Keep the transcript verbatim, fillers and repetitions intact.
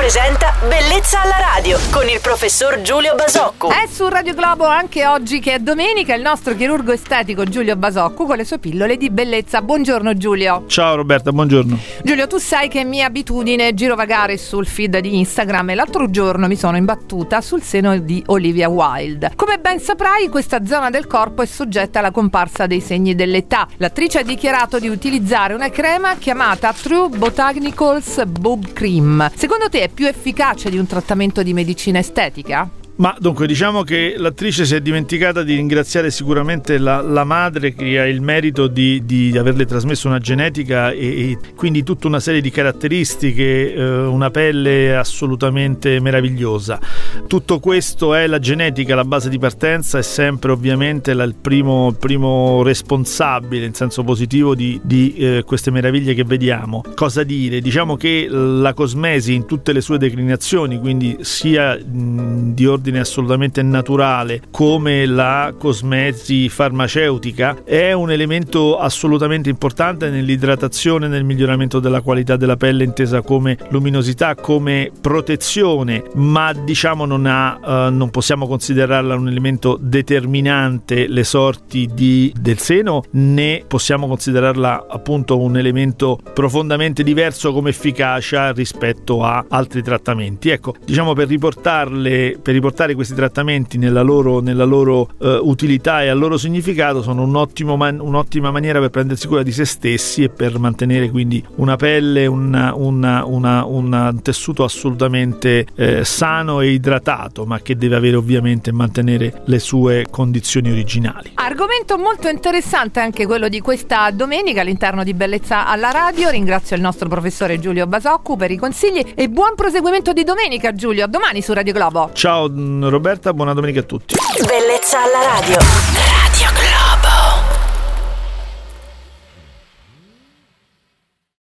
presenta Bellezza alla radio con il professor Giulio Basocco. È su Radio Globo anche oggi che è domenica il nostro chirurgo estetico Giulio Basocco con le sue pillole di bellezza. Buongiorno Giulio. Ciao Roberta, buongiorno. Giulio, tu sai che è mia abitudine girovagare sul feed di Instagram e l'altro giorno mi sono imbattuta sul seno di Olivia Wilde. Come ben saprai, questa zona del corpo è soggetta alla comparsa dei segni dell'età. L'attrice ha dichiarato di utilizzare una crema chiamata True Botanicals Boob Cream. Secondo te è più efficace di un trattamento di medicina estetica? Ma dunque diciamo che l'attrice si è dimenticata di ringraziare sicuramente la, la madre che ha il merito di, di averle trasmesso una genetica e, e quindi tutta una serie di caratteristiche, eh, una pelle assolutamente meravigliosa. Tutto questo è la genetica, la base di partenza, è sempre ovviamente la, il primo, primo responsabile in senso positivo di, di eh, queste meraviglie che vediamo. Cosa dire? Diciamo che la cosmesi in tutte le sue declinazioni, quindi sia mh, di ordine assolutamente naturale come la cosmesi farmaceutica, è un elemento assolutamente importante nell'idratazione, nel miglioramento della qualità della pelle intesa come luminosità, come protezione, ma diciamo non ha uh, non possiamo considerarla un elemento determinante le sorti di, del seno, né possiamo considerarla appunto un elemento profondamente diverso come efficacia rispetto a altri trattamenti. Ecco, diciamo per riportarle per riportare questi trattamenti nella loro, nella loro uh, utilità e al loro significato sono un ottimo man- un'ottima maniera per prendersi cura di se stessi e per mantenere quindi una pelle, una, una, una, una, un tessuto assolutamente eh, sano e idratato, ma che deve avere ovviamente mantenere le sue condizioni originali. Argomento molto interessante anche quello di questa domenica all'interno di Bellezza alla radio. Ringrazio il nostro professore Giulio Basocco per i consigli e buon proseguimento di domenica Giulio, a domani su Radio Globo. Ciao Roberta, buona domenica a tutti. Bellezza alla radio.